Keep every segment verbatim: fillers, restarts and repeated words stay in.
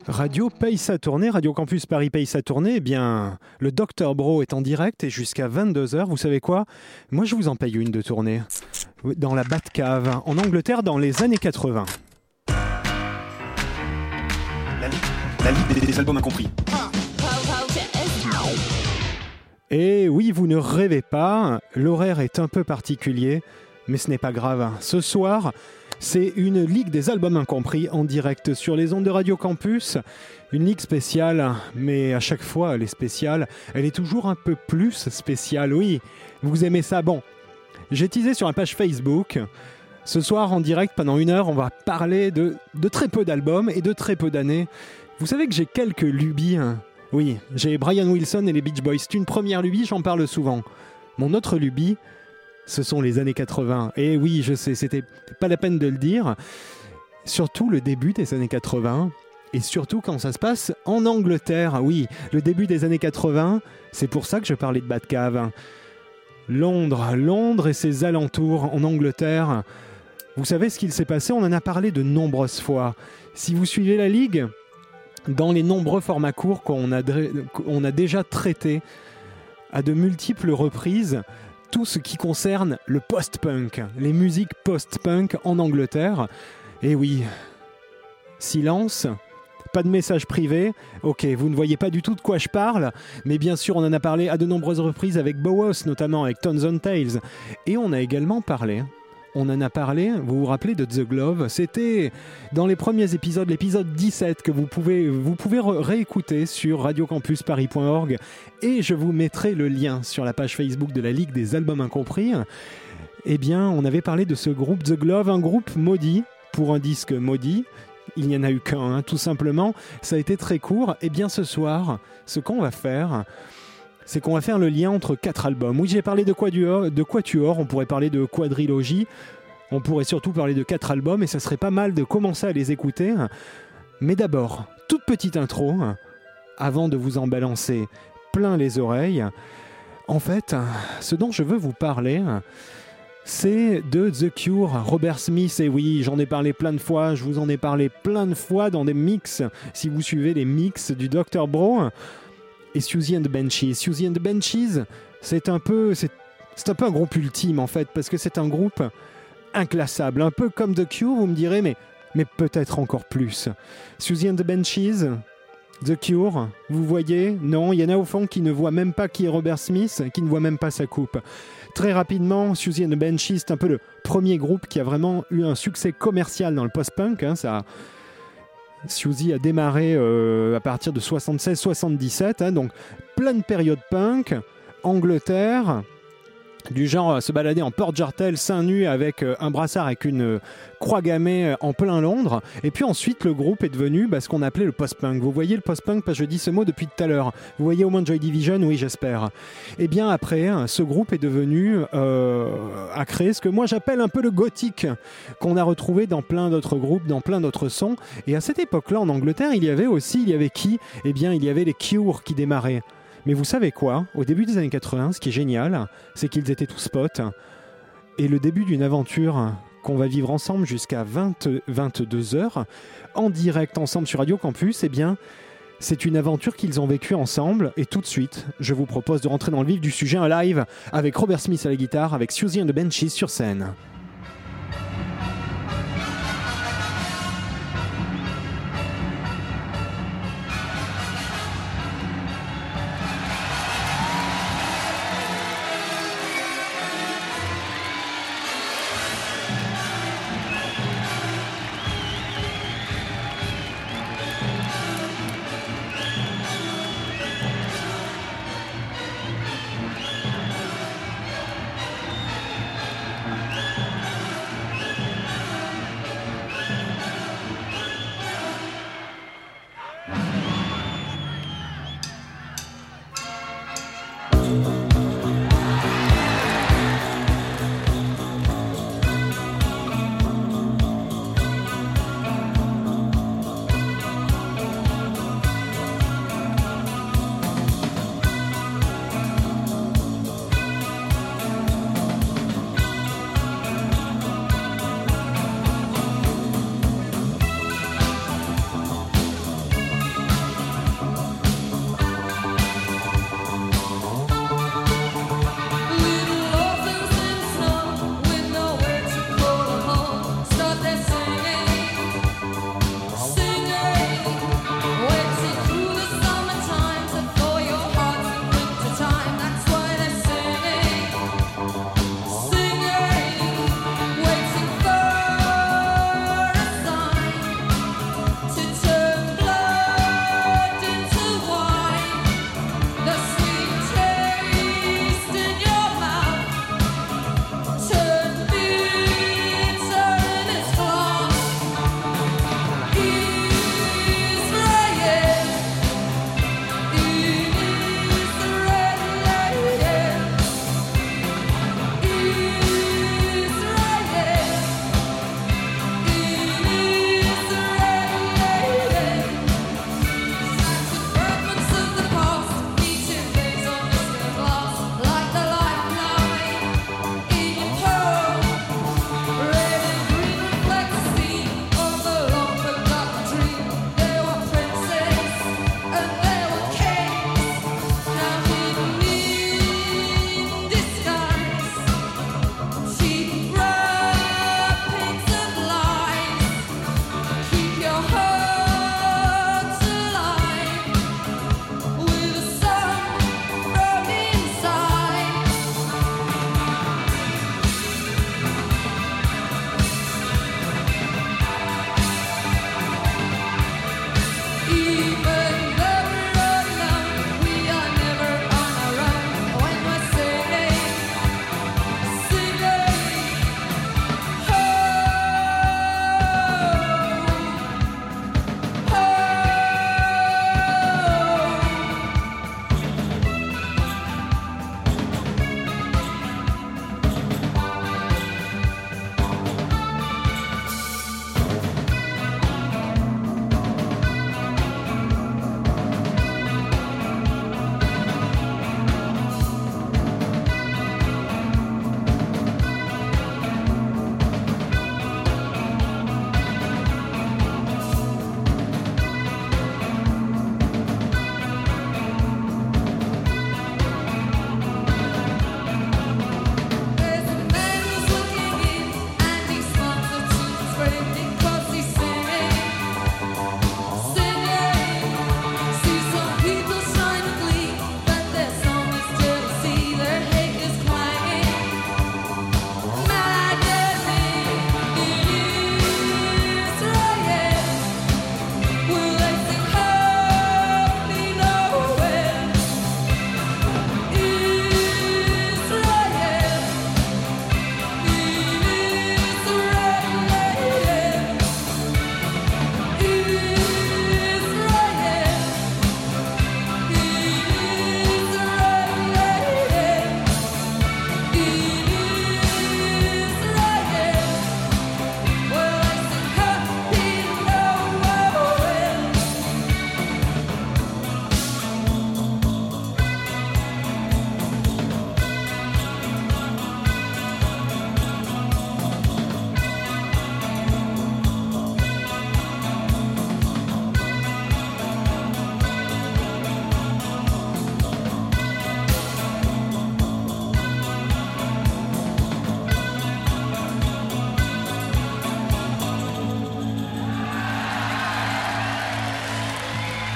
Radio paye sa tournée, Radio Campus Paris paye sa tournée. Eh bien, le docteur Bro est en direct et jusqu'à vingt-deux heures. Vous savez quoi ? Moi, je vous en paye une de tournée. Dans la Batcave, en Angleterre, dans les années quatre-vingts. La, la Ligue des, des albums incompris. Et oui, vous ne rêvez pas, l'horaire est un peu particulier, mais ce n'est pas grave. Ce soir, c'est une Ligue des albums incompris en direct sur les ondes de Radio Campus. Une ligue spéciale, mais à chaque fois elle est spéciale. Elle est toujours un peu plus spéciale, oui. Vous aimez ça ? Bon, j'ai teasé sur la page Facebook. Ce soir, en direct, pendant une heure, on va parler de, de très peu d'albums et de très peu d'années. Vous savez que j'ai quelques lubies. Oui, j'ai Brian Wilson et les Beach Boys. C'est une première lubie, j'en parle souvent. Mon autre lubie, ce sont les années quatre-vingts. Et oui, je sais, c'était pas la peine de le dire. Surtout le début des années quatre-vingts. Et surtout quand ça se passe en Angleterre. Oui, le début des années quatre-vingts, c'est pour ça que je parlais de Batcave. Londres, Londres et ses alentours en Angleterre. Vous savez ce qu'il s'est passé ? On en a parlé de nombreuses fois. Si vous suivez la Ligue, dans les nombreux formats courts qu'on a, qu'on a déjà traités à de multiples reprises, tout ce qui concerne le post-punk, les musiques post-punk en Angleterre. Et oui, silence, pas de message privé. Ok, vous ne voyez pas du tout de quoi je parle, mais bien sûr, on en a parlé à de nombreuses reprises avec Bauhaus, notamment avec Tons on Tales. Et on a également parlé... On en a parlé, vous vous rappelez de The Glove ? C'était dans les premiers épisodes, l'épisode dix-sept, que vous pouvez, vous pouvez réécouter sur radio campus paris point org et je vous mettrai le lien sur la page Facebook de la Ligue des albums incompris. Eh bien, on avait parlé de ce groupe The Glove, un groupe maudit, pour un disque maudit. Il n'y en a eu qu'un, hein, tout simplement. Ça a été très court. Eh bien, ce soir, ce qu'on va faire... c'est qu'on va faire le lien entre quatre albums. Oui, j'ai parlé de Quatuor, de Quatuor, on pourrait parler de quadrilogie, on pourrait surtout parler de quatre albums, et ça serait pas mal de commencer à les écouter. Mais d'abord, toute petite intro, avant de vous en balancer plein les oreilles. En fait, ce dont je veux vous parler, c'est de The Cure, Robert Smith. Et oui, j'en ai parlé plein de fois, je vous en ai parlé plein de fois dans des mix, si vous suivez les mix du docteur Bro. Et Siouxsie and the Banshees. Siouxsie and the Banshees, c'est un peu, c'est, c'est un peu un groupe ultime en fait, parce que c'est un groupe inclassable, un peu comme The Cure, vous me direz, mais, mais peut-être encore plus. Siouxsie and the Banshees, The Cure, vous voyez, non, il y en a au fond qui ne voient même pas qui est Robert Smith, qui ne voient même pas sa coupe. Très rapidement, Siouxsie and the Banshees, c'est un peu le premier groupe qui a vraiment eu un succès commercial dans le post-punk, hein, ça... Siouxsie a démarré euh, à partir de soixante-seize soixante-dix-sept, hein, donc pleine période punk, Angleterre, du genre à se balader en porte-jartel, seins nus avec euh, un brassard avec une euh, croix gammée en plein Londres. Et puis ensuite, le groupe est devenu bah, ce qu'on appelait le post-punk. Vous voyez le post-punk, parce que je dis ce mot depuis tout à l'heure. Vous voyez au moins Joy Division, oui, j'espère. Et bien après, ce groupe est devenu, euh, a créé ce que moi j'appelle un peu le gothique, qu'on a retrouvé dans plein d'autres groupes, dans plein d'autres sons. Et à cette époque-là, en Angleterre, il y avait aussi, il y avait qui ? Eh bien, il y avait les Cure qui démarraient. Mais vous savez quoi ? Au début des années quatre-vingts, ce qui est génial, c'est qu'ils étaient tous potes. Et le début d'une aventure qu'on va vivre ensemble jusqu'à vingt, vingt-deux heures, en direct ensemble sur Radio Campus, eh bien, c'est une aventure qu'ils ont vécue ensemble. Et tout de suite, je vous propose de rentrer dans le vif du sujet, un live avec Robert Smith à la guitare, avec Siouxsie and the Banshees sur scène.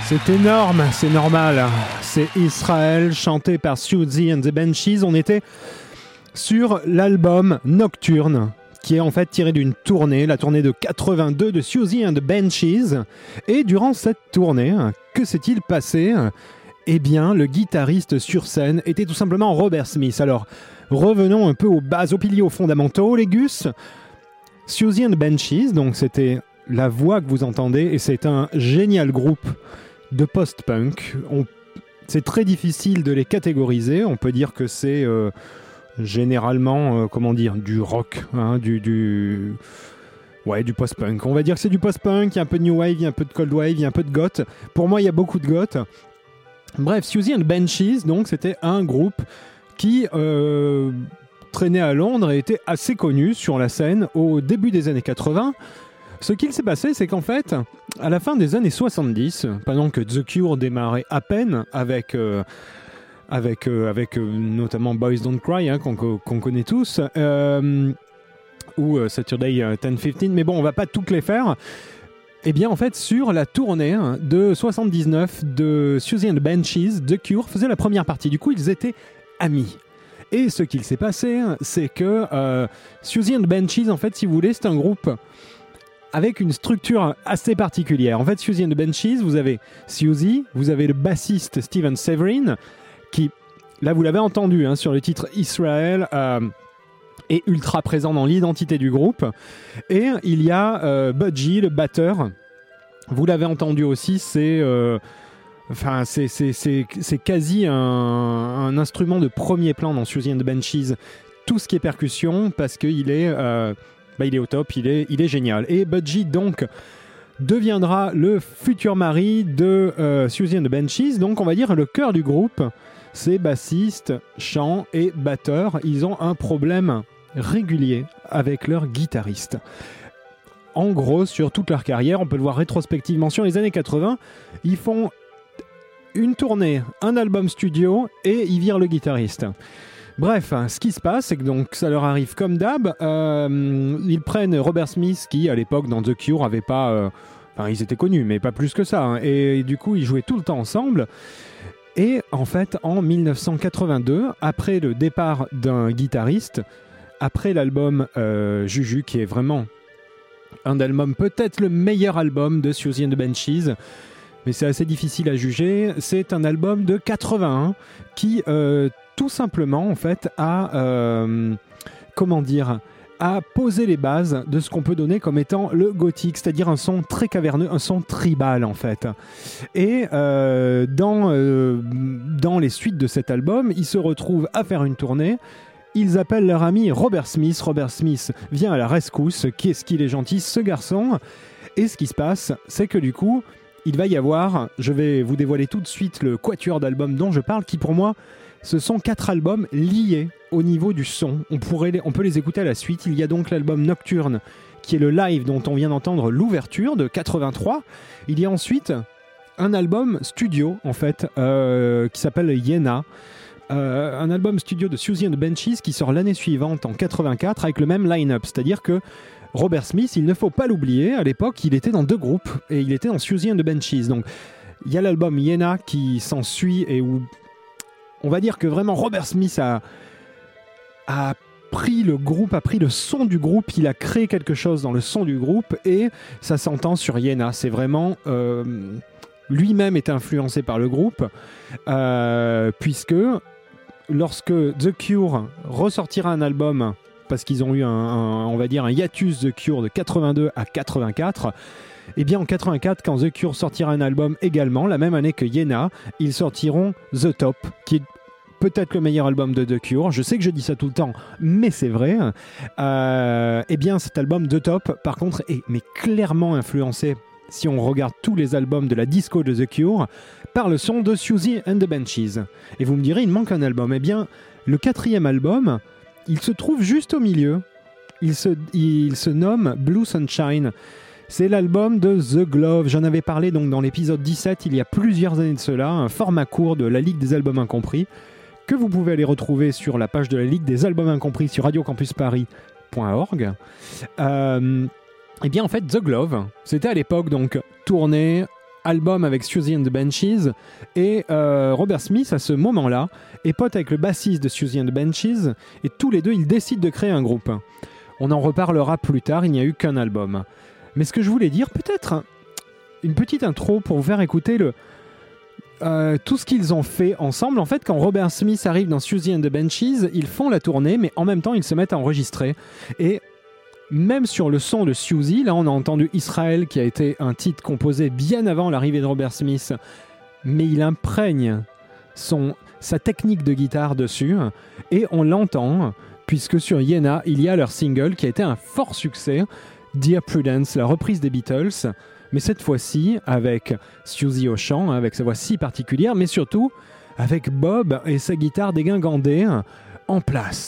C'est énorme, c'est normal. C'est Israel, chanté par Siouxsie and the Banshees. On était sur l'album Nocturne, qui est en fait tiré d'une tournée, la tournée de quatre-vingt-deux de Siouxsie and the Banshees. Et durant cette tournée, que s'est-il passé ? Eh bien, le guitariste sur scène était tout simplement Robert Smith. Alors, revenons un peu aux bases, aux piliers, aux fondamentaux, les Gus. Siouxsie and the Banshees, donc c'était la voix que vous entendez, et c'est un génial groupe de post-punk. On... C'est très difficile de les catégoriser. On peut dire que c'est euh, généralement, euh, comment dire, du rock, hein, du, du... Ouais, du post-punk. On va dire que c'est du post-punk, il y a un peu de new wave, il y a un peu de cold wave, il y a un peu de goth. Pour moi, il y a beaucoup de goth. Bref, Siouxsie and the Banshees, donc, c'était un groupe qui euh, traînait à Londres et était assez connu sur la scène au début des années quatre-vingts. Ce qu'il s'est passé, c'est qu'en fait, à la fin des années soixante-dix, pendant que The Cure démarrait à peine avec, euh, avec, euh, avec euh, notamment Boys Don't Cry, hein, qu'on, qu'on connaît tous, euh, ou euh, Saturday ten fifteen, mais bon, on va pas toutes les faire. Eh bien, en fait, sur la tournée de soixante-dix-neuf de Siouxsie and the Banshees, The Cure faisait la première partie. Du coup, ils étaient amis. Et ce qu'il s'est passé, c'est que euh, Siouxsie and the Banshees, en fait, si vous voulez, c'est un groupe avec une structure assez particulière. En fait, Siouxsie and the Banshees, vous avez Siouxsie, vous avez le bassiste Steven Severin, qui, là vous l'avez entendu, hein, sur le titre Israel, euh, est ultra présent dans l'identité du groupe. Et il y a euh, Budgie, le batteur. Vous l'avez entendu aussi, c'est... Euh, Enfin, c'est, c'est, c'est, c'est quasi un, un instrument de premier plan dans Siouxsie and the Banshees. Tout ce qui est percussion, parce qu'il est... Euh, Bah, il est au top, il est, il est génial. Et Budgie, donc, deviendra le futur mari de euh, Siouxsie and the Banshees. Donc, on va dire le cœur du groupe, c'est bassiste, chant et batteur. Ils ont un problème régulier avec leur guitariste. En gros, sur toute leur carrière, on peut le voir rétrospectivement sur les années quatre-vingts, ils font une tournée, un album studio et ils virent le guitariste. Bref, ce qui se passe, c'est que donc ça leur arrive comme d'hab. Euh, ils prennent Robert Smith, qui à l'époque dans The Cure avait pas, euh, enfin ils étaient connus, mais pas plus que ça. Hein, et, et du coup, ils jouaient tout le temps ensemble. Et en fait, en dix-neuf cent quatre-vingt-deux, après le départ d'un guitariste, après l'album euh, Juju, qui est vraiment un album, peut-être le meilleur album de Siouxsie and the Banshees, mais c'est assez difficile à juger. C'est un album de quatre-vingt-un qui euh, tout simplement, en fait, a, euh, comment dire, a posé les bases de ce qu'on peut donner comme étant le gothique, c'est-à-dire un son très caverneux, un son tribal, en fait. Et euh, dans, euh, dans les suites de cet album, ils se retrouvent à faire une tournée. Ils appellent leur ami Robert Smith. Robert Smith vient à la rescousse. Qu'est-ce qu'il est gentil, ce garçon. Et ce qui se passe, c'est que du coup, il va y avoir, je vais vous dévoiler tout de suite le quatuor d'albums dont je parle, qui pour moi, ce sont quatre albums liés au niveau du son. On, pourrait les, on peut les écouter à la suite. Il y a donc l'album Nocturne, qui est le live dont on vient d'entendre l'ouverture de quatre-vingt-trois. Il y a ensuite un album studio, en fait, euh, qui s'appelle Yena. Euh, un album studio de Siouxsie and the Banshees qui sort l'année suivante, en quatre-vingt-quatre, avec le même line-up. C'est-à-dire que Robert Smith, il ne faut pas l'oublier, à l'époque, il était dans deux groupes. Et il était dans Siouxsie and the Banshees. Donc, il y a l'album Yena qui s'ensuit et où... On va dire que vraiment Robert Smith a, a pris le groupe, a pris le son du groupe, il a créé quelque chose dans le son du groupe et ça s'entend sur Yena. C'est vraiment... Euh, lui-même est influencé par le groupe euh, puisque lorsque The Cure ressortira un album, parce qu'ils ont eu un, un, on va dire un hiatus The Cure de quatre-vingt-deux à quatre-vingt-quatre, et bien en quatre-vingt-quatre, quand The Cure sortira un album également, la même année que Yena, ils sortiront The Top, qui est peut-être le meilleur album de The Cure. Je sais que je dis ça tout le temps, mais c'est vrai. Euh, et bien cet album The Top, par contre, est mais clairement influencé, si on regarde tous les albums de la disco de The Cure, par le son de Siouxsie and the Banshees. Et vous me direz, il manque un album. Eh bien, le quatrième album, il se trouve juste au milieu. Il se, il se nomme Blue Sunshine. C'est l'album de The Glove. J'en avais parlé donc dans l'épisode dix-sept, il y a plusieurs années de cela, un format court de la Ligue des Albums Incompris, que vous pouvez aller retrouver sur la page de la Ligue des Albums Incompris sur radio campus paris point org. Euh, et bien en fait, The Glove, c'était à l'époque donc tournée album avec Siouxsie and the Banshees, et euh, Robert Smith, à ce moment-là, est pote avec le bassiste de Siouxsie and the Banshees, et tous les deux, ils décident de créer un groupe. On en reparlera plus tard, il n'y a eu qu'un album. Mais ce que je voulais dire, peut-être une petite intro pour vous faire écouter le, euh, tout ce qu'ils ont fait ensemble. En fait, quand Robert Smith arrive dans Siouxsie and the Banshees, ils font la tournée, mais en même temps, ils se mettent à enregistrer. Et même sur le son de Siouxsie, là on a entendu Israël, qui a été un titre composé bien avant l'arrivée de Robert Smith, mais il imprègne son, sa technique de guitare dessus, et on l'entend, puisque sur Yéna, il y a leur single qui a été un fort succès, Dear Prudence, la reprise des Beatles, mais cette fois-ci avec Siouxsie au chant, avec sa voix si particulière, mais surtout avec Bob et sa guitare dégingandée en place.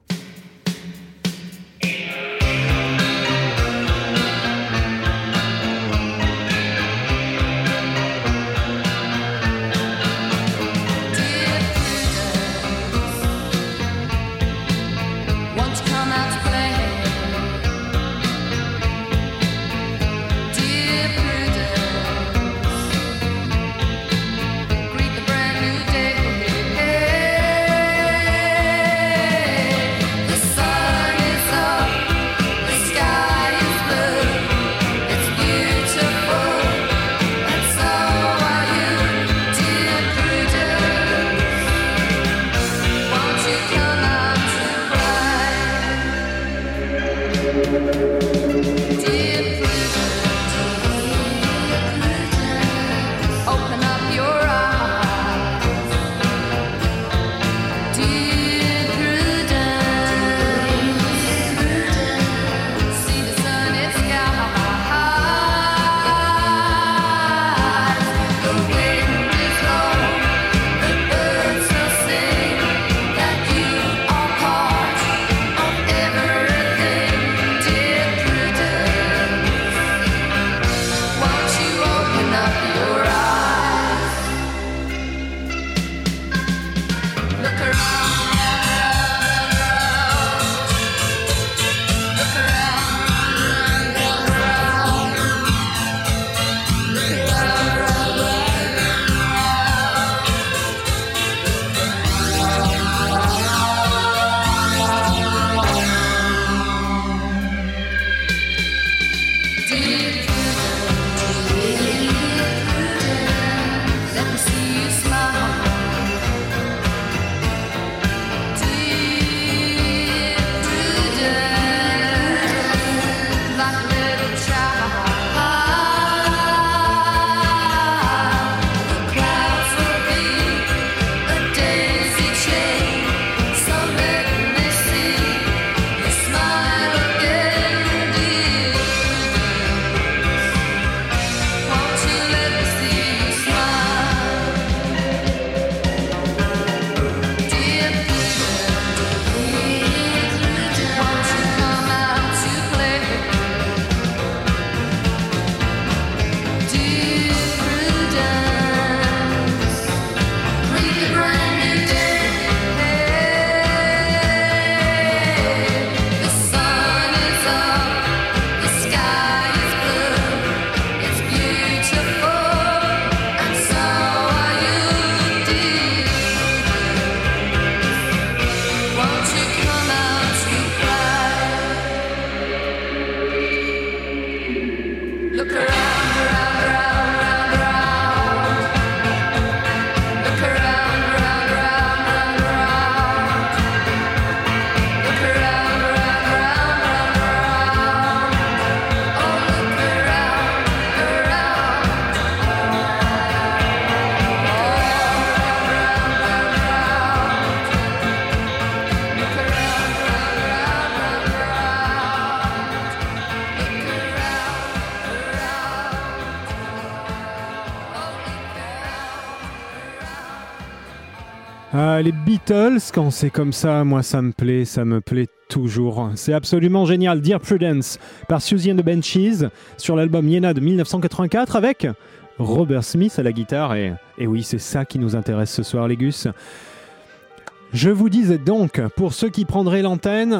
Ah, les Beatles, quand c'est comme ça, moi ça me plaît, ça me plaît toujours. C'est absolument génial. Dear Prudence par Siouxsie and the Banshees sur l'album Yéna de dix-neuf cent quatre-vingt-quatre avec Robert Smith à la guitare. Et, et oui, c'est ça qui nous intéresse ce soir, les Gus. Je vous disais donc, pour ceux qui prendraient l'antenne,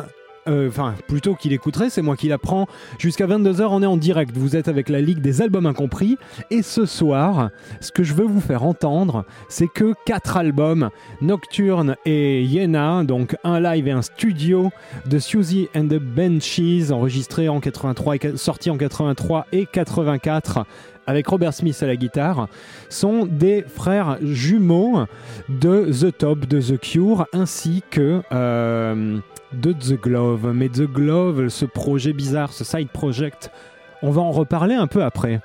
enfin euh, plutôt qu'il écouterait, c'est moi qui l'apprends. Jusqu'à vingt-deux heures, on est en direct. Vous êtes avec la Ligue des Albums Incompris. Et ce soir, ce que je veux vous faire entendre, c'est que quatre albums, Nocturne et Yena, donc un live et un studio de Siouxsie and the Banshees, enregistré en quatre-vingt-trois, et sorti en quatre-vingt-trois et quatre-vingt-quatre, avec Robert Smith à la guitare, sont des frères jumeaux de The Top, de The Cure, ainsi que euh, de The Glove. Mais The Glove, ce projet bizarre, ce side project, on va en reparler un peu après.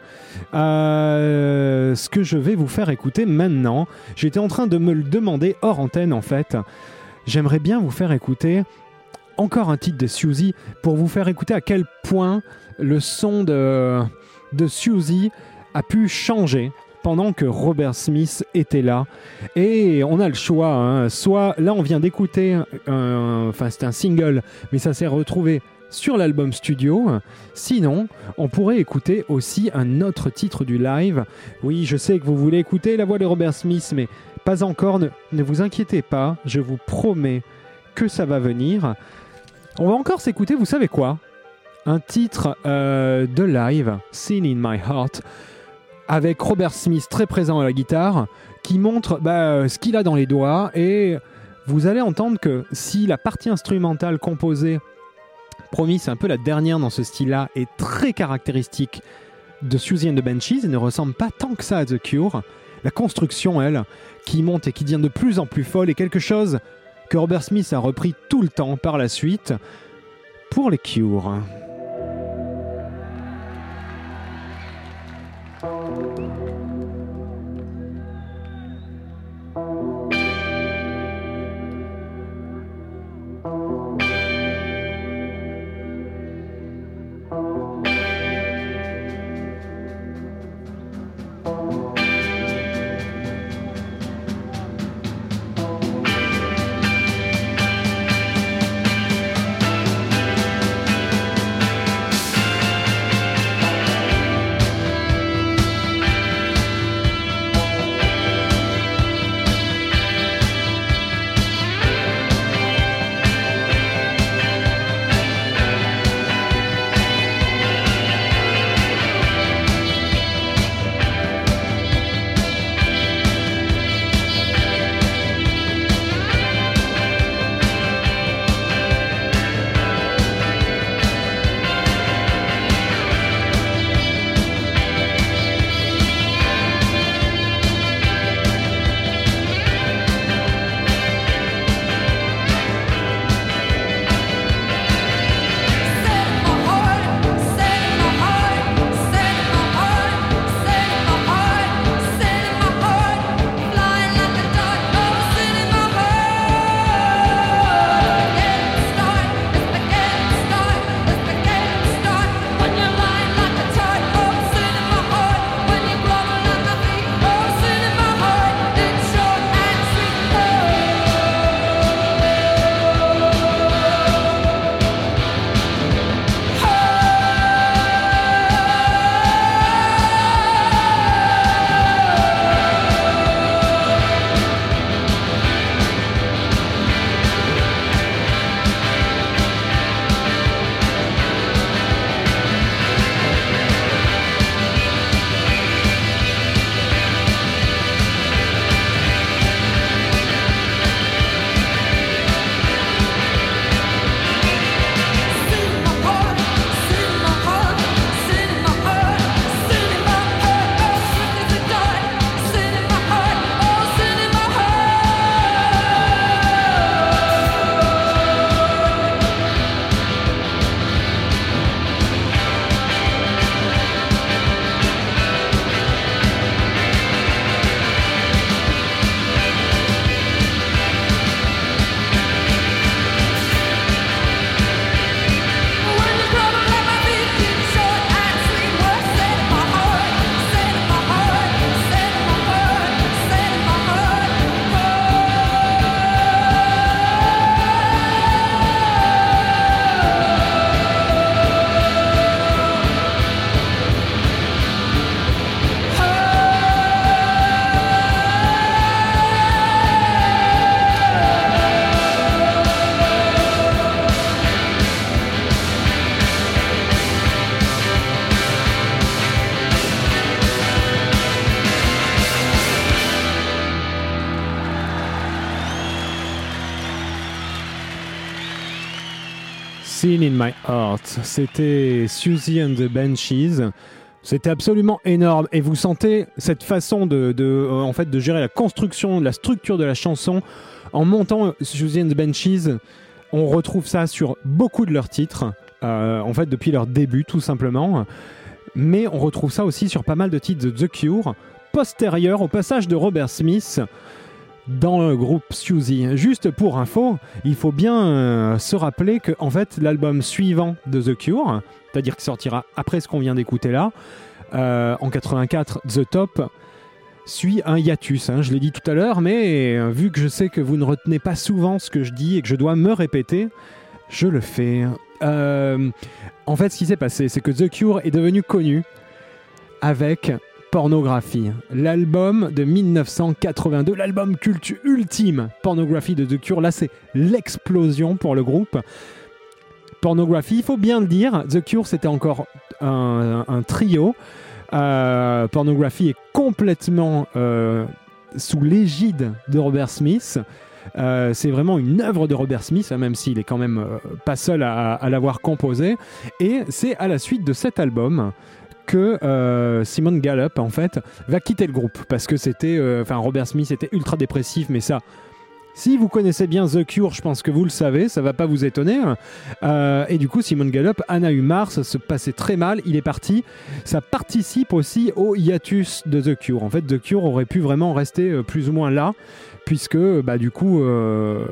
Euh, ce que je vais vous faire écouter maintenant, j'étais en train de me le demander hors antenne en fait. J'aimerais bien vous faire écouter encore un titre de Siouxsie pour vous faire écouter à quel point le son de, de Siouxsie a pu changer pendant que Robert Smith était là. Et on a le choix, hein. Soit là on vient d'écouter, un, enfin c'est un single, mais ça s'est retrouvé sur l'album studio. Sinon, on pourrait écouter aussi un autre titre du live. Oui, je sais que vous voulez écouter la voix de Robert Smith, mais pas encore. Ne, ne vous inquiétez pas, je vous promets que ça va venir. On va encore s'écouter, vous savez quoi ? Un titre euh, de live, Sin in My Heart, avec Robert Smith très présent à la guitare, qui montre bah, ce qu'il a dans les doigts. Et vous allez entendre que si la partie instrumentale composée, promis, c'est un peu la dernière dans ce style-là, est très caractéristique de Siouxsie and the Banshees et ne ressemble pas tant que ça à The Cure, la construction, elle, qui monte et qui devient de plus en plus folle, est quelque chose que Robert Smith a repris tout le temps par la suite pour les Cure. Thank Sin in My Heart. C'était Siouxsie and the Banshees. C'était absolument énorme. Et vous sentez cette façon de, de, euh, en fait, de gérer la construction, la structure de la chanson. En montant Siouxsie and the Banshees, on retrouve ça sur beaucoup de leurs titres. Euh, en fait, depuis leur début, tout simplement. Mais on retrouve ça aussi sur pas mal de titres de The Cure, postérieurs au passage de Robert Smith dans le groupe Siouxsie. Juste pour info, il faut bien euh, se rappeler que en fait, l'album suivant de The Cure, c'est-à-dire qui sortira après ce qu'on vient d'écouter là, euh, en quatre-vingt-quatre, The Top, suit un hiatus. Hein, je l'ai dit tout à l'heure, mais euh, vu que je sais que vous ne retenez pas souvent ce que je dis et que je dois me répéter, je le fais. Euh, en fait, ce qui s'est passé, c'est que The Cure est devenu connu avec Pornography, l'album de dix-neuf cent quatre-vingt-deux, l'album culte ultime, Pornography de The Cure. Là, c'est l'explosion pour le groupe. Pornography, il faut bien le dire, The Cure, c'était encore un, un trio. Euh, Pornography est complètement euh, sous l'égide de Robert Smith. Euh, c'est vraiment une œuvre de Robert Smith, même s'il est quand même euh, pas seul à, à l'avoir composé. Et c'est à la suite de cet album que euh, Simon Gallup en fait va quitter le groupe parce que c'était, enfin euh, Robert Smith était ultra dépressif, mais ça, si vous connaissez bien The Cure, je pense que vous le savez, ça va pas vous étonner. Euh, et du coup, Simon Gallup en a eu marre, ça se passait très mal, il est parti. Ça participe aussi au hiatus de The Cure. En fait, The Cure aurait pu vraiment rester euh, plus ou moins là, puisque bah, du coup, euh,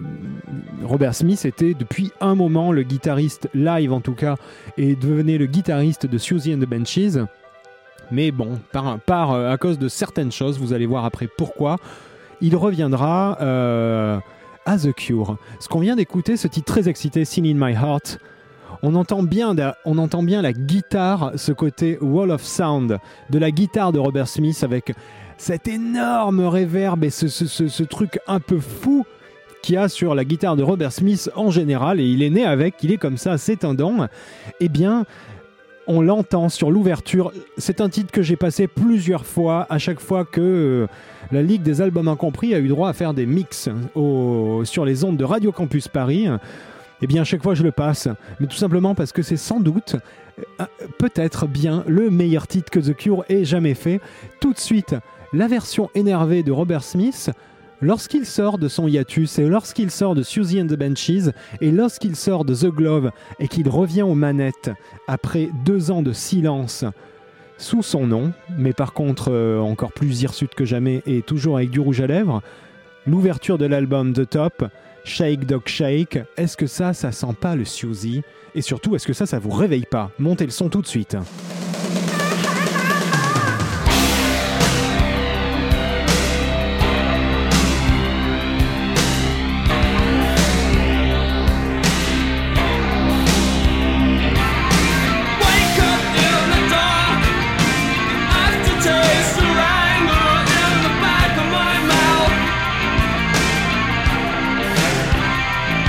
Robert Smith était depuis un moment le guitariste live en tout cas, et devenait le guitariste de Siouxsie and the Banshees. Mais bon, par, par, à cause de certaines choses, vous allez voir après pourquoi, il reviendra euh, à The Cure. Ce qu'on vient d'écouter, ce titre très excité, Sin in My Heart, on entend bien, on entend bien la guitare, ce côté wall of sound de la guitare de Robert Smith avec cet énorme reverb et ce, ce, ce, ce truc un peu fou qu'il y a sur la guitare de Robert Smith en général, et il est né avec, il est comme ça, c'est un don. Eh bien, on l'entend sur l'ouverture. C'est un titre que j'ai passé plusieurs fois, à chaque fois que euh, la Ligue des Albums Incompris a eu droit à faire des mix au, sur les ondes de Radio Campus Paris. Eh bien, à chaque fois, je le passe. Mais tout simplement parce que c'est sans doute, euh, peut-être bien, le meilleur titre que The Cure ait jamais fait. Tout de suite, la version énervée de Robert Smith, lorsqu'il sort de son hiatus et lorsqu'il sort de Siouxsie and the Banshees et lorsqu'il sort de The Glove et qu'il revient aux manettes après deux ans de silence sous son nom, mais par contre euh, encore plus hirsute que jamais et toujours avec du rouge à lèvres, l'ouverture de l'album The Top, Shake Dog Shake, est-ce que ça, ça sent pas le Siouxsie? Et surtout, est-ce que ça, ça vous réveille pas? Montez le son tout de suite.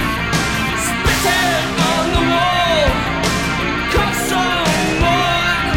On the wall, cost so more.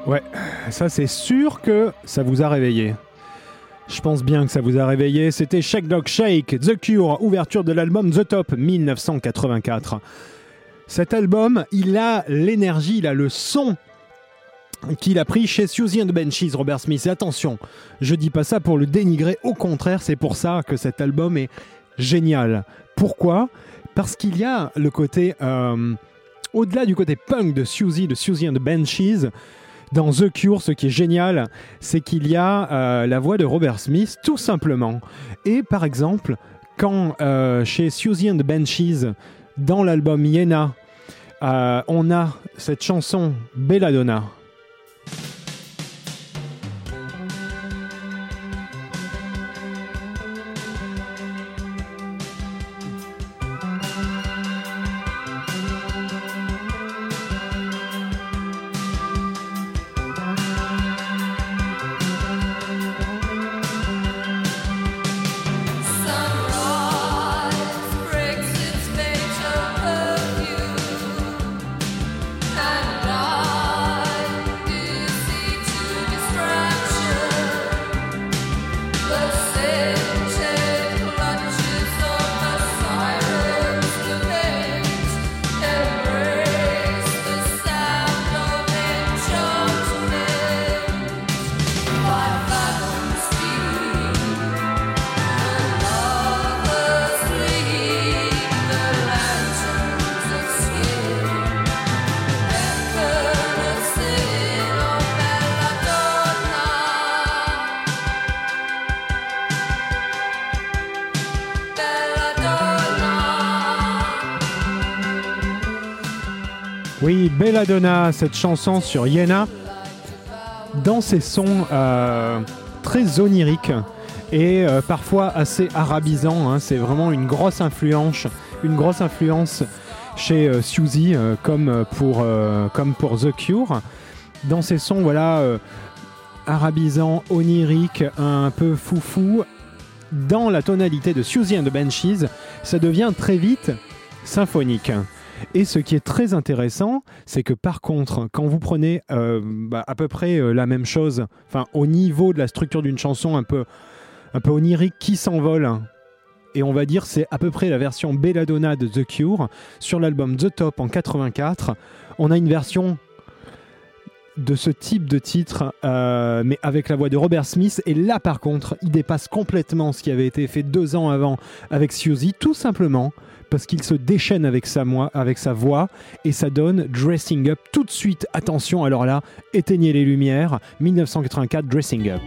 Ouais, ça c'est sûr que ça vous a réveillé. Je pense bien que ça vous a réveillé. C'était Shake Dog Shake, The Cure, ouverture de l'album The Top, dix-neuf cent quatre-vingt-quatre. Cet album, il a l'énergie, il a le son qu'il a pris chez Siouxsie and the Banshees, Robert Smith. Et attention, je dis pas ça pour le dénigrer, au contraire, c'est pour ça que cet album est génial. Pourquoi ? Parce qu'il y a le côté, euh, au-delà du côté punk de Siouxsie, de Siouxsie and the Banshees, dans The Cure, ce qui est génial, c'est qu'il y a euh, la voix de Robert Smith, tout simplement. Et par exemple, quand euh, chez Siouxsie and the Banshees, dans l'album Iéna, euh, on a cette chanson Belladonna. Oui, Belladonna, cette chanson sur Iéna, dans ses sons euh, très oniriques et euh, parfois assez arabisants, hein, c'est vraiment une grosse influence, une grosse influence chez euh, Siouxsie, euh, comme pour euh, comme pour The Cure. Dans ses sons, voilà, euh, arabisants, oniriques, un peu foufou, dans la tonalité de Siouxsie and the Banshees, ça devient très vite symphonique. Et ce qui est très intéressant, c'est que par contre, quand vous prenez euh, bah, à peu près euh, la même chose, enfin au niveau de la structure d'une chanson un peu, un peu onirique qui s'envole, et on va dire c'est à peu près la version Belladonna de The Cure, sur l'album The Top en quatre-vingt-quatre, on a une version de ce type de titre, euh, mais avec la voix de Robert Smith, et là par contre, il dépasse complètement ce qui avait été fait deux ans avant avec Siouxsie, tout simplement parce qu'il se déchaîne avec sa, moi, avec sa voix et ça donne Dressing Up tout de suite. Attention, alors là, éteignez les lumières, dix-neuf cent quatre-vingt-quatre, Dressing Up.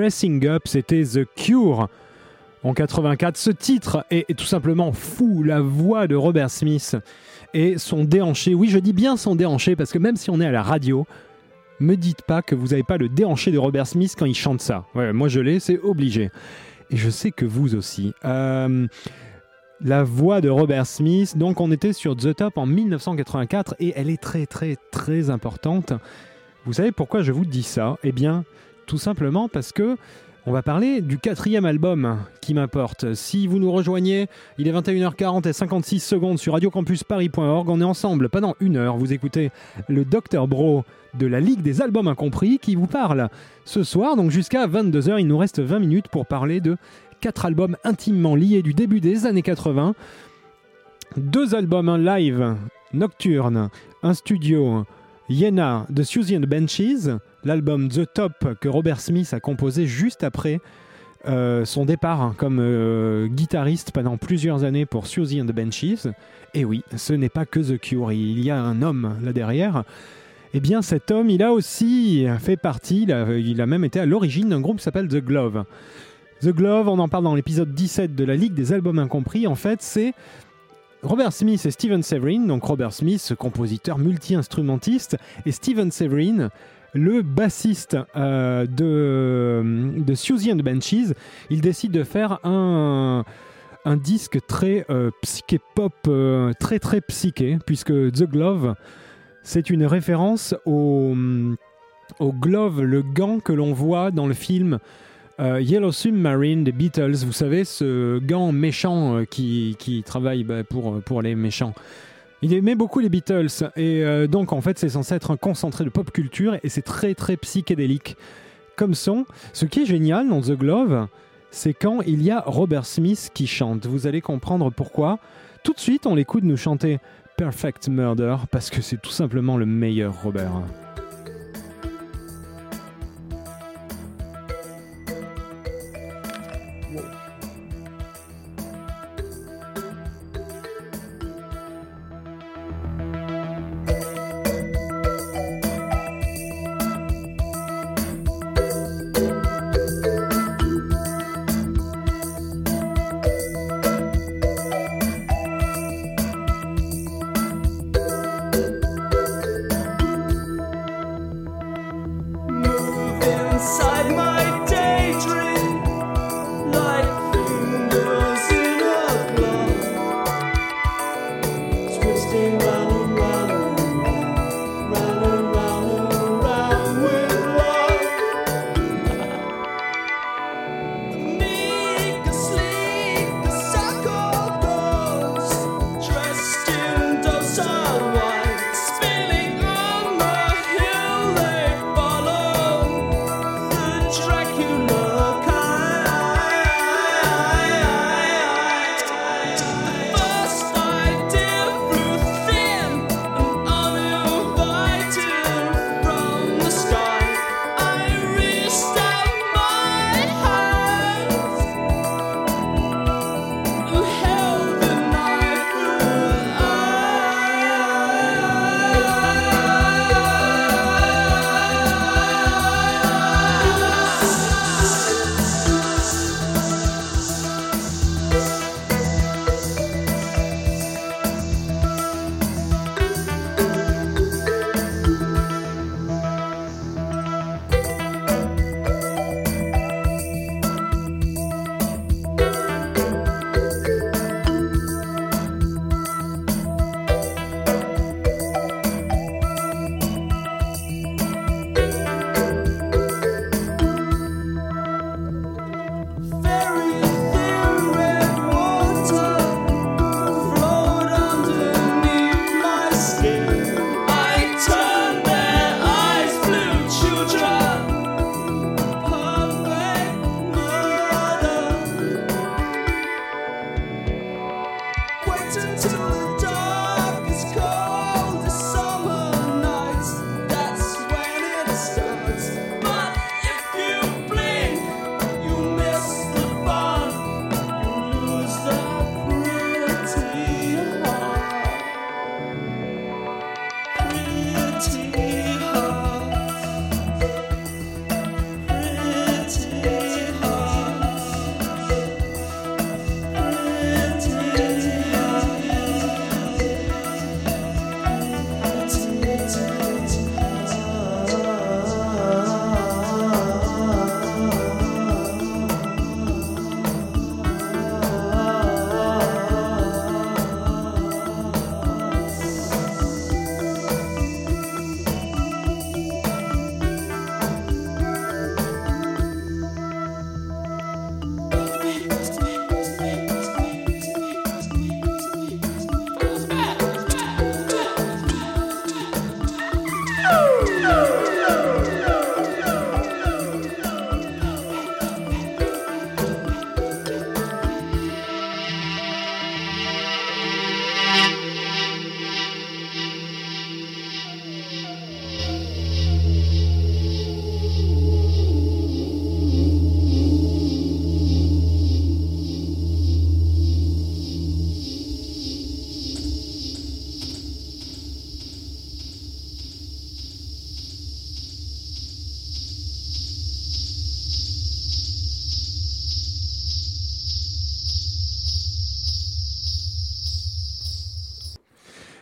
Dressing Up, c'était The Cure en quatre-vingt-quatre. Ce titre est, est tout simplement fou, la voix de Robert Smith et son déhanché. Oui, je dis bien son déhanché parce que même si on est à la radio, me dites pas que vous n'avez pas le déhanché de Robert Smith quand il chante ça. Ouais, moi je l'ai, c'est obligé. Et je sais que vous aussi. Euh, la voix de Robert Smith, donc on était sur The Top en dix-neuf cent quatre-vingt-quatre et elle est très très très importante. Vous savez pourquoi je vous dis ça ? Eh bien, tout simplement parce que on va parler du quatrième album qui m'importe. Si vous nous rejoignez, il est vingt et une heures quarante et cinquante-six secondes sur radio campus paris point org. On est ensemble pendant une heure. Vous écoutez le docteur Bro de la Ligue des Albums Incompris qui vous parle ce soir. Donc jusqu'à vingt-deux heures, il nous reste vingt minutes pour parler de quatre albums intimement liés du début des années quatre-vingts. Deux albums, un live, Nocturne, un studio, Yena de Siouxsie and the Banshees, l'album The Top que Robert Smith a composé juste après euh, son départ hein, comme euh, guitariste pendant plusieurs années pour Siouxsie and the Banshees. Et oui, ce n'est pas que The Cure, il y a un homme là derrière. Eh bien cet homme, il a aussi fait partie, il a, il a même été à l'origine d'un groupe qui s'appelle The Glove. The Glove, on en parle dans l'épisode dix-sept de la Ligue des Albums Incompris. En fait, c'est Robert Smith et Steven Severin, donc Robert Smith, compositeur multi-instrumentiste, et Steven Severin, le bassiste euh, de, de Siouxsie and the Banshees. Ils décident de faire un, un disque très euh, psyché-pop, euh, très très psyché, puisque The Glove, c'est une référence au, au glove, le gant que l'on voit dans le film Euh, Yellow Submarine des Beatles, vous savez, ce gant méchant euh, qui, qui travaille bah, pour, pour les méchants. Il aimait beaucoup les Beatles et euh, donc en fait c'est censé être un concentré de pop culture et c'est très très psychédélique comme son. Ce qui est génial dans The Glove, c'est quand il y a Robert Smith qui chante. Vous allez comprendre pourquoi. Tout de suite on l'écoute nous chanter Perfect Murder parce que c'est tout simplement le meilleur Robert. Inside my daydream, like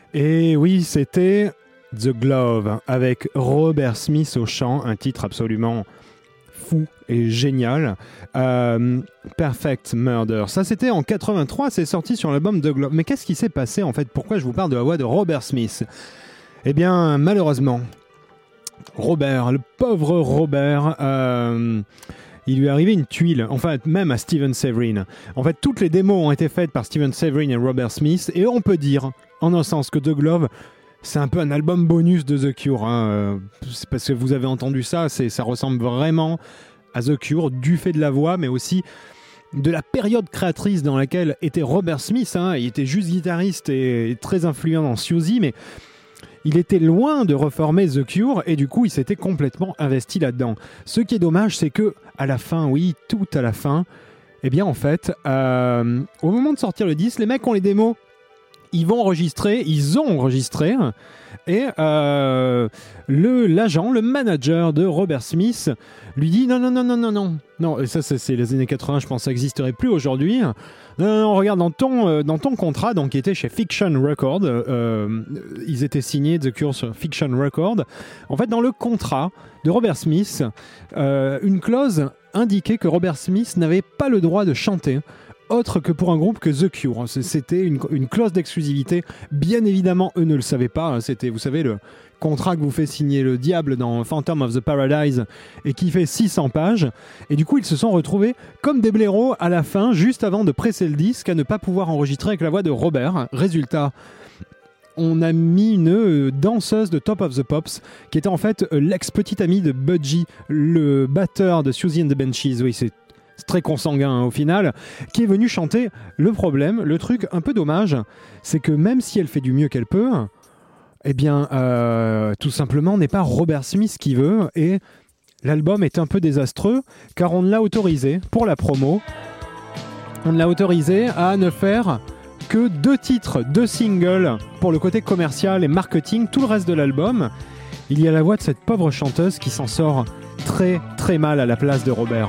Et oui, c'était The Glove avec Robert Smith au chant, un titre absolument fou et génial. Euh, Perfect Murder. Ça, c'était en quatre-vingt-trois, c'est sorti sur l'album The Glove. Mais qu'est-ce qui s'est passé en fait? Pourquoi je vous parle de la voix de Robert Smith? Eh bien, malheureusement, Robert, le pauvre Robert, euh, il lui est arrivé une tuile, enfin même à Steven Severin. En fait, toutes les démos ont été faites par Steven Severin et Robert Smith, et on peut dire, en un sens, que The Glove, c'est un peu un album bonus de The Cure. Hein. C'est parce que vous avez entendu ça, c'est, ça ressemble vraiment à The Cure, du fait de la voix, mais aussi de la période créatrice dans laquelle était Robert Smith. Hein. Il était juste guitariste et, et très influent dans Suzy, mais il était loin de reformer The Cure et du coup il s'était complètement investi là-dedans. Ce qui est dommage, c'est que à la fin, oui, tout à la fin, eh bien en fait, euh, au moment de sortir le disque, les mecs ont les démos, ils vont enregistrer, ils ont enregistré, et euh, le, l'agent, le manager de Robert Smith lui dit non, non, non, non, non, non, non, et ça c'est, c'est les années quatre-vingts, je pense que ça n'existerait plus aujourd'hui. Non, non, non, regarde, dans ton, euh, dans ton contrat, donc qui était chez Fiction Records, euh, ils étaient signés The Cure sur Fiction Records. En fait, dans le contrat de Robert Smith, euh, une clause indiquait que Robert Smith n'avait pas le droit de chanter autre que pour un groupe que The Cure. C'était une, une clause d'exclusivité. Bien évidemment, eux ne le savaient pas. C'était, vous savez, le contrat que vous fait signer le diable dans Phantom of the Paradise et qui fait six cents pages. Et du coup, ils se sont retrouvés comme des blaireaux à la fin, juste avant de presser le disque, à ne pas pouvoir enregistrer avec la voix de Robert. Résultat, on a mis une euh, danseuse de Top of the Pops, qui était en fait euh, l'ex-petite amie de Budgie, le batteur de Suzy and the Banshees. Oui, c'est C'est très consanguin hein, au final, qui est venue chanter. Le problème, le truc un peu dommage, c'est que même si elle fait du mieux qu'elle peut, eh bien, euh, tout simplement, n'est pas Robert Smith qui veut, et l'album est un peu désastreux, car on l'a autorisé, pour la promo, on l'a autorisé à ne faire que deux titres, deux singles, pour le côté commercial et marketing. Tout le reste de l'album, il y a la voix de cette pauvre chanteuse qui s'en sort très très mal à la place de Robert.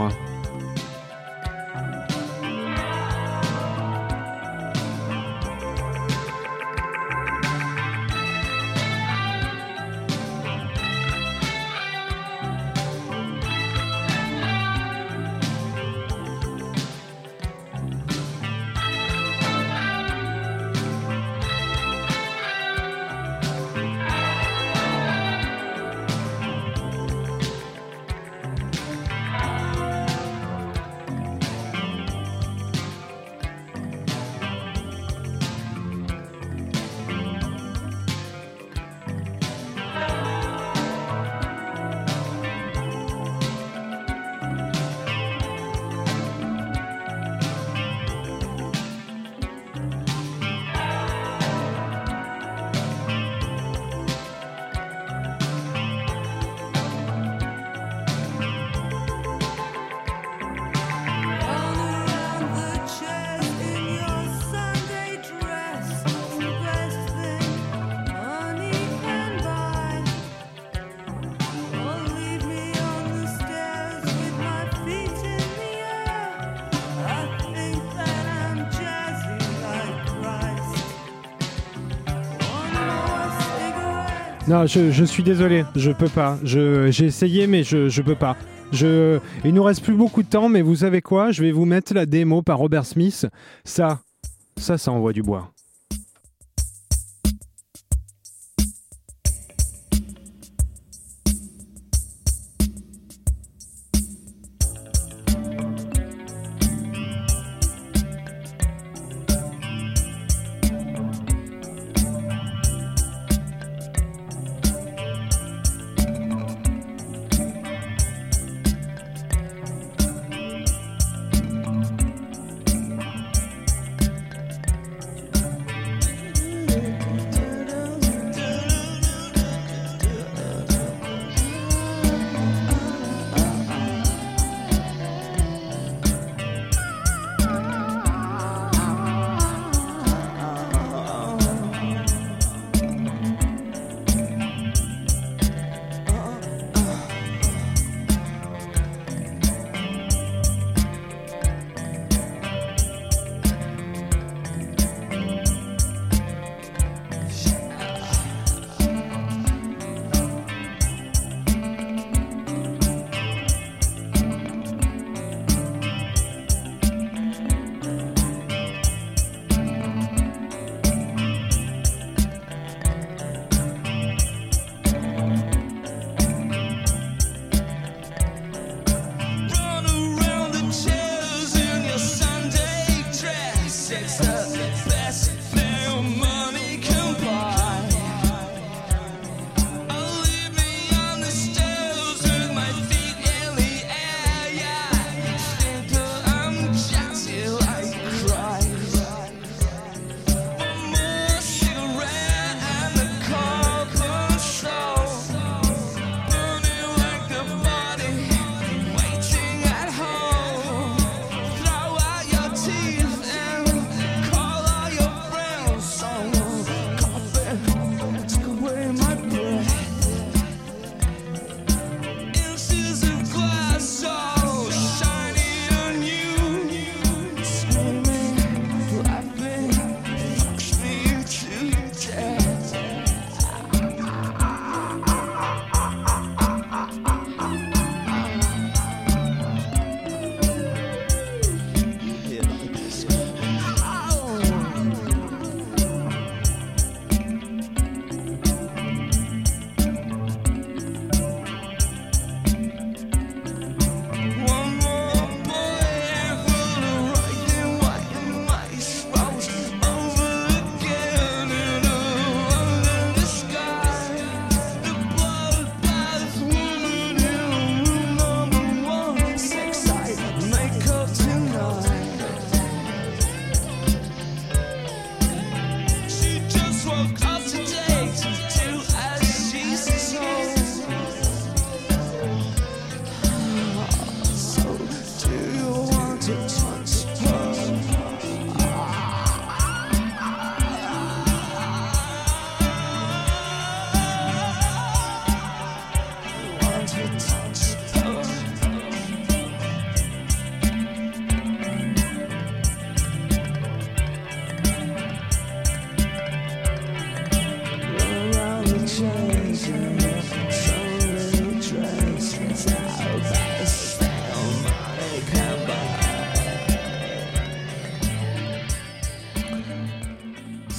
Non, je, je suis désolé, je peux pas. Je, j'ai essayé, mais je, je peux pas. Je, il nous reste plus beaucoup de temps, mais vous savez quoi? Je vais vous mettre la démo par Robert Smith. Ça, ça, ça envoie du bois.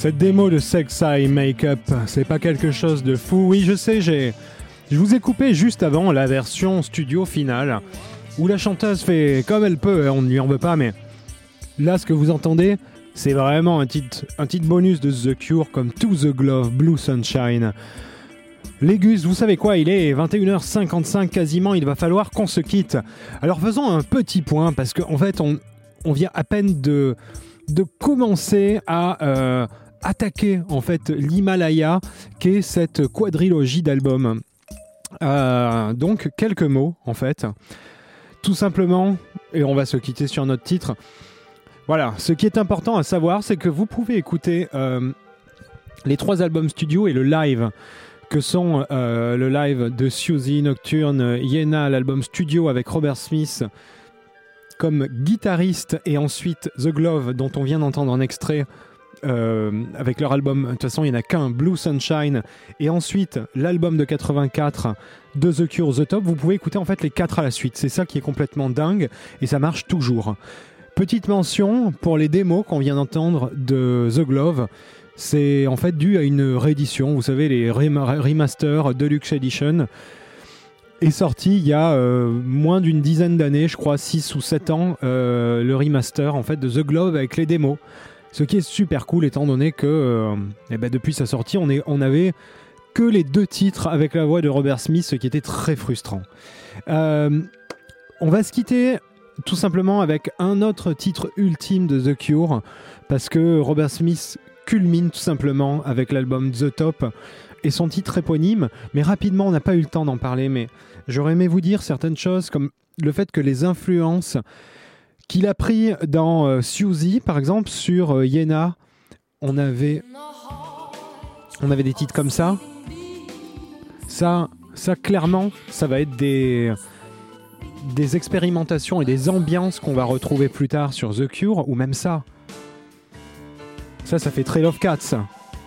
Cette démo de Sex Eye Makeup, c'est pas quelque chose de fou. Oui, je sais, j'ai... je vous ai coupé juste avant la version studio finale, où la chanteuse fait comme elle peut, on ne lui en veut pas, mais là, ce que vous entendez, c'est vraiment un titre, un titre bonus de The Cure, comme To The Glove, Blue Sunshine. Les Gus, vous savez quoi, il est vingt et une heures cinquante-cinq quasiment, il va falloir qu'on se quitte. Alors faisons un petit point, parce qu'en fait, on, on vient à peine de, de commencer à... Euh, attaquer en fait l'Himalaya, qu'est cette quadrilogie d'albums. Euh, donc quelques mots en fait, tout simplement, et on va se quitter sur notre titre. Voilà, ce qui est important à savoir, c'est que vous pouvez écouter euh, les trois albums studio et le live, que sont euh, le live de Siouxsie, Nocturne, Yéna, l'album studio avec Robert Smith comme guitariste, et ensuite The Glove, dont on vient d'entendre un extrait. Euh, avec leur album, de toute façon il n'y en a qu'un, Blue Sunshine, et ensuite l'album de quatre-vingt-quatre de The Cure, The Top. Vous pouvez écouter en fait les quatre à la suite, c'est ça qui est complètement dingue, et ça marche toujours. Petite mention pour les démos qu'on vient d'entendre de The Glove, c'est en fait dû à une réédition, vous savez, les remasters Deluxe Edition, est sorti il y a euh, moins d'une dizaine d'années, je crois six ou sept ans, euh, le remaster en fait de The Glove avec les démos. Ce qui est super cool étant donné que euh, eh ben depuis sa sortie, on, est, on avait que les deux titres avec la voix de Robert Smith, ce qui était très frustrant. Euh, on va se quitter tout simplement avec un autre titre ultime de The Cure, parce que Robert Smith culmine tout simplement avec l'album The Top et son titre éponyme. Mais rapidement, on n'a pas eu le temps d'en parler, mais j'aurais aimé vous dire certaines choses, comme le fait que les influences qu'il a pris dans euh, Siouxsie, par exemple, sur euh, Yéna, on avait, on avait des titres comme ça. Ça, ça clairement, ça va être des, des expérimentations et des ambiances qu'on va retrouver plus tard sur The Cure, ou même ça. Ça, ça fait très Love Cats, ça.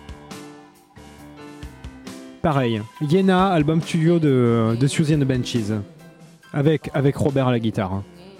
Pareil, Yéna, album studio de, de Siouxsie and the Benchies, avec, avec Robert à la guitare.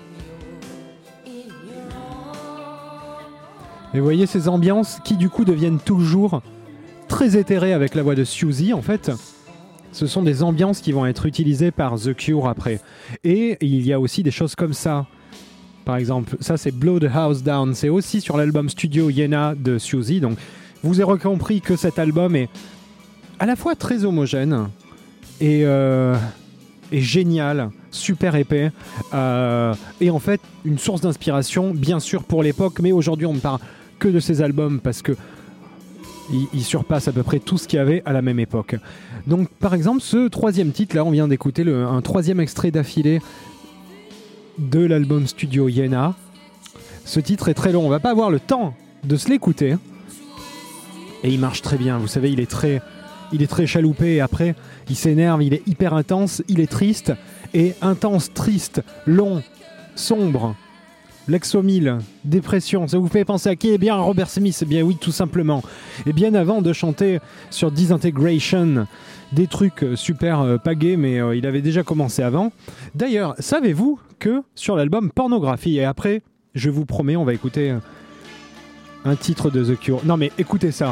Et vous voyez ces ambiances qui du coup deviennent toujours très éthérées avec la voix de Siouxsie en fait. Ce sont des ambiances qui vont être utilisées par The Cure après. Et il y a aussi des choses comme ça. Par exemple, ça c'est Blow the House Down. C'est aussi sur l'album studio Yéna de Siouxsie. Donc vous aurez compris que cet album est à la fois très homogène et, euh, et génial, super épais. Euh, et en fait une source d'inspiration bien sûr pour l'époque. Mais aujourd'hui on ne parle que de ces albums parce que il, il surpasse à peu près tout ce qu'il y avait à la même époque. Donc par exemple ce troisième titre là, on vient d'écouter le, un troisième extrait d'affilée de l'album studio Yéna. Ce titre est très long, on va pas avoir le temps de se l'écouter et il marche très bien, vous savez, il est très, il est très chaloupé et après il s'énerve, il est hyper intense, il est triste et intense, triste, long, sombre. Lexomil, dépression, ça vous fait penser à qui? Eh bien Robert Smith, eh bien oui tout simplement. Et bien avant de chanter sur Disintegration, des trucs super euh, pagués, mais euh, il avait déjà commencé avant. D'ailleurs, savez-vous que sur l'album Pornographie, et après, je vous promets, on va écouter un, un titre de The Cure. Non mais écoutez ça.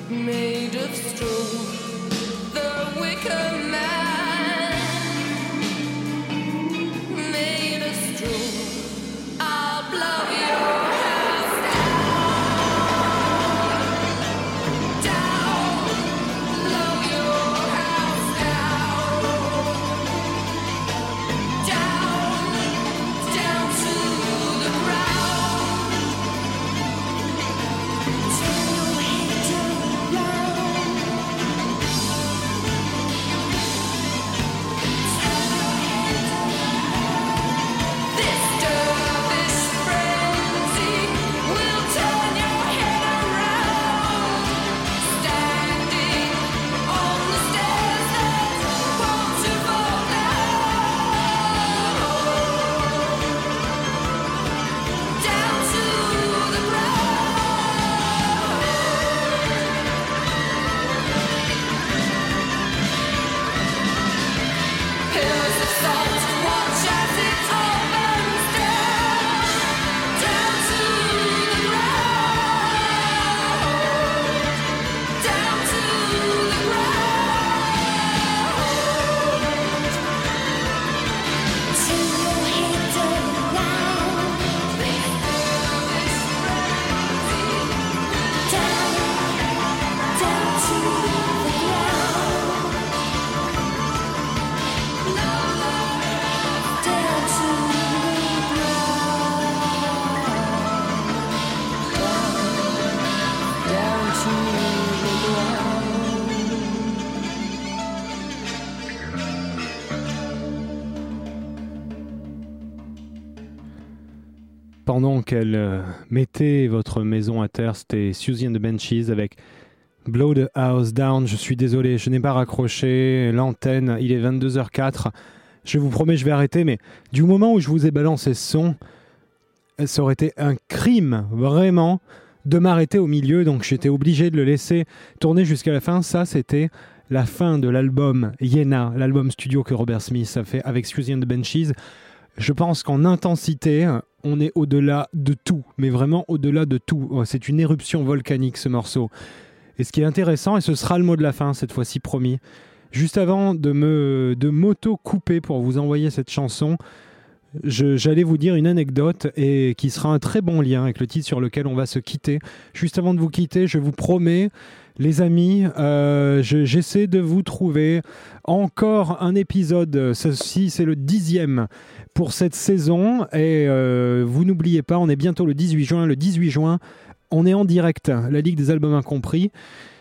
made of straw, the wicker man, made of straw. I'll blow your house down, down, blow your house down, down, down to the ground. Turn your head around. This dervish frenzy will turn your head around. Standing on the stairs that want to fall down, down to the ground. Pillars of salt, watch as it all burns down, down to the ground, down to the ground. Turn your head around. This dervish frenzy, down, down to the ground. Down to the ground. Down to the Pendant qu'elle euh, mettait votre maison à terre, c'était Susie and the Banshees avec Blow the House Down. Je suis désolé, je n'ai pas raccroché l'antenne, il est vingt-deux heures quatre. Je vous promets, je vais arrêter, mais du moment où je vous ai balancé ce son, ça aurait été un crime, vraiment, de m'arrêter au milieu, donc j'étais obligé de le laisser tourner jusqu'à la fin. Ça, c'était la fin de l'album Yena, l'album studio que Robert Smith a fait avec Susie and the Banshees. Je pense qu'en intensité, on est au-delà de tout, mais vraiment au-delà de tout. C'est une éruption volcanique, ce morceau. Et ce qui est intéressant, et ce sera le mot de la fin, cette fois-ci promis, juste avant de me de m'auto-couper pour vous envoyer cette chanson, je, j'allais vous dire une anecdote et qui sera un très bon lien avec le titre sur lequel on va se quitter. Juste avant de vous quitter, je vous promets, les amis, euh, je, j'essaie de vous trouver encore un épisode. Ceci, c'est le dixième pour cette saison. Et euh, vous n'oubliez pas, on est bientôt le dix-huit juin. Le dix-huit juin, on est en direct, la Ligue des Albums Incompris,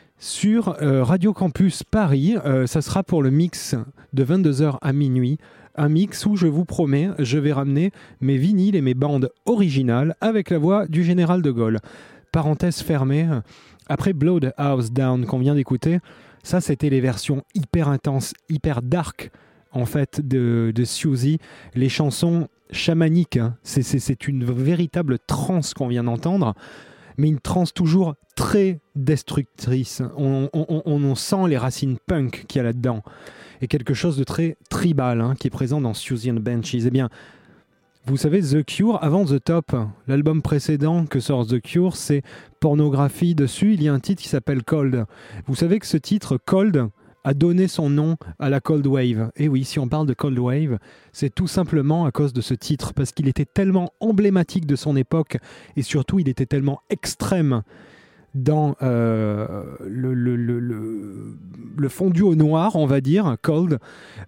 sur euh, Radio Campus Paris. Euh, ça sera pour le mix de vingt-deux heures à minuit. Un mix où, je vous promets, je vais ramener mes vinyles et mes bandes originales avec la voix du général de Gaulle. Parenthèse fermée. Après Blow the House Down qu'on vient d'écouter, ça c'était les versions hyper intenses, hyper dark en fait de, de Susie. Les chansons chamaniques, hein. c'est, c'est, c'est une véritable transe qu'on vient d'entendre, mais une transe toujours très destructrice. On, on, on, on sent les racines punk qu'il y a là-dedans. Et quelque chose de très tribal hein, qui est présent dans Susie and the Banshees. Eh bien, vous savez, The Cure, avant The Top, l'album précédent que sort The Cure, c'est Pornographie. Dessus, il y a un titre qui s'appelle Cold. Vous savez que ce titre, Cold, a donné son nom à la Cold Wave. Et oui, si on parle de Cold Wave, c'est tout simplement à cause de ce titre, parce qu'il était tellement emblématique de son époque, et surtout, il était tellement extrême dans euh, le, le, le, le, le fondu au noir, on va dire, Cold,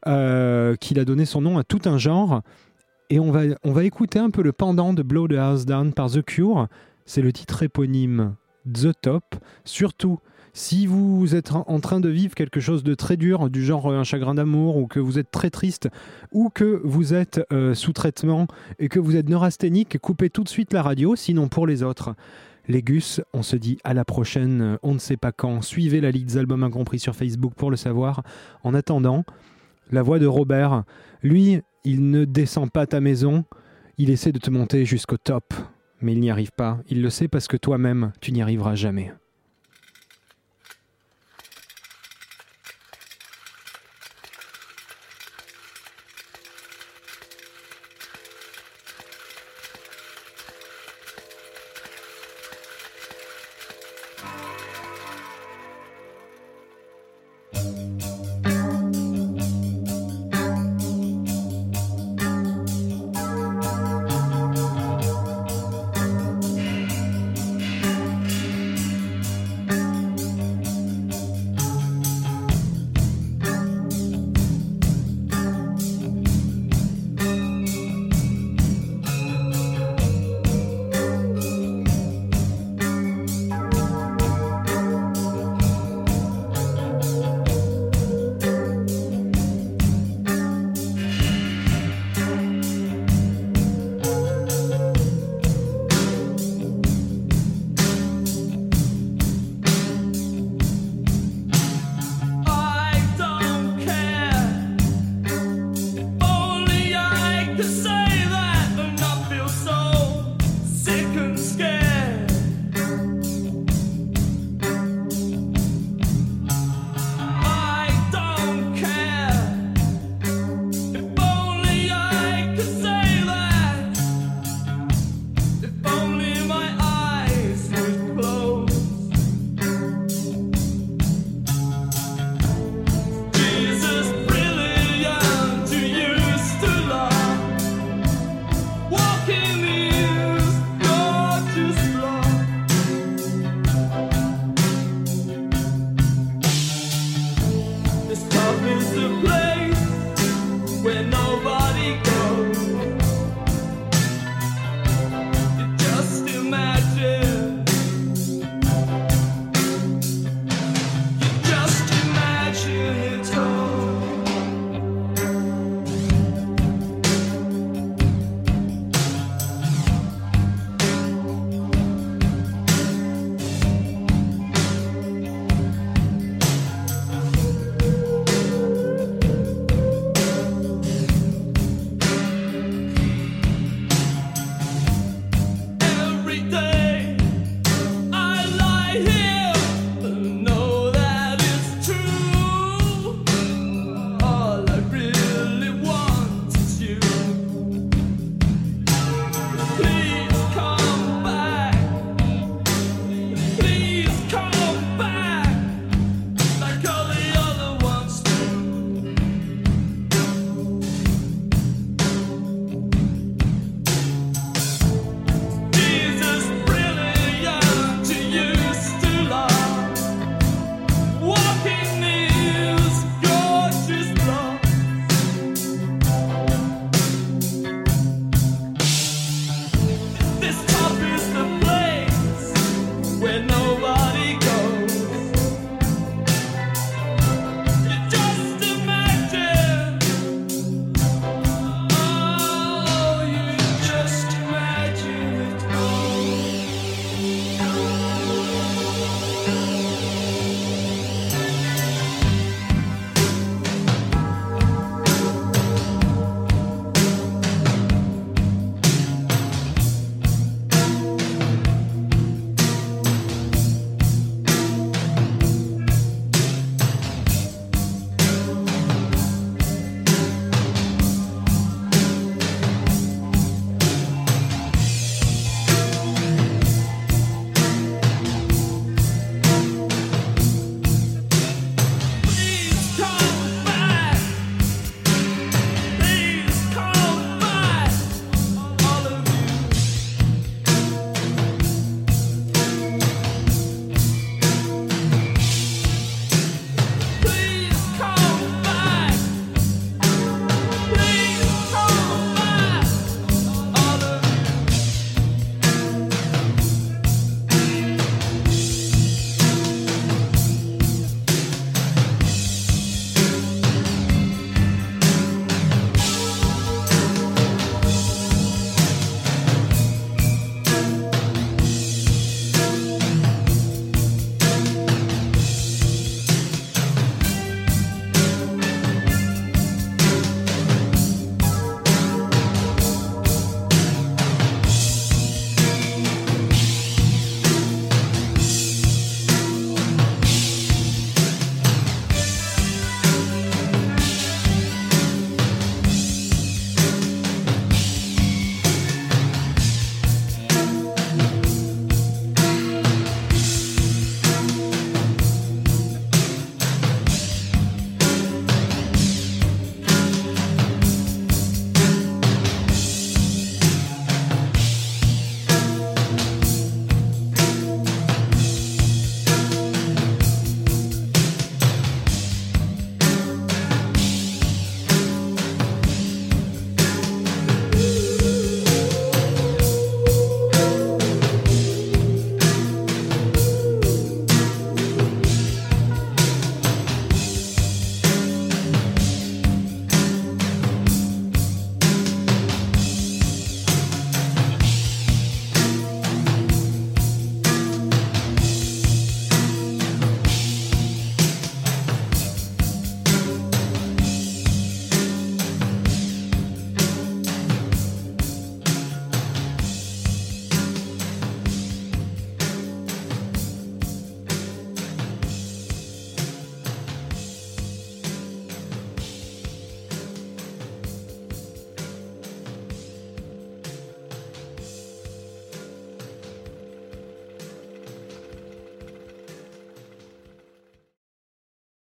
euh, qu'il a donné son nom à tout un genre. Et on va, on va écouter un peu le pendant de Blow the House Down par The Cure. C'est le titre éponyme, The Top. Surtout, si vous êtes en train de vivre quelque chose de très dur, du genre un chagrin d'amour, ou que vous êtes très triste, ou que vous êtes euh, sous traitement, et que vous êtes neurasthénique, coupez tout de suite la radio, sinon pour les autres. Les Gus, on se dit à la prochaine, on ne sait pas quand. Suivez la Ligue des Albums Incompris sur Facebook pour le savoir. En attendant, la voix de Robert, lui, il ne descend pas ta maison, il essaie de te monter jusqu'au top, mais il n'y arrive pas. Il le sait parce que toi-même, tu n'y arriveras jamais. Thank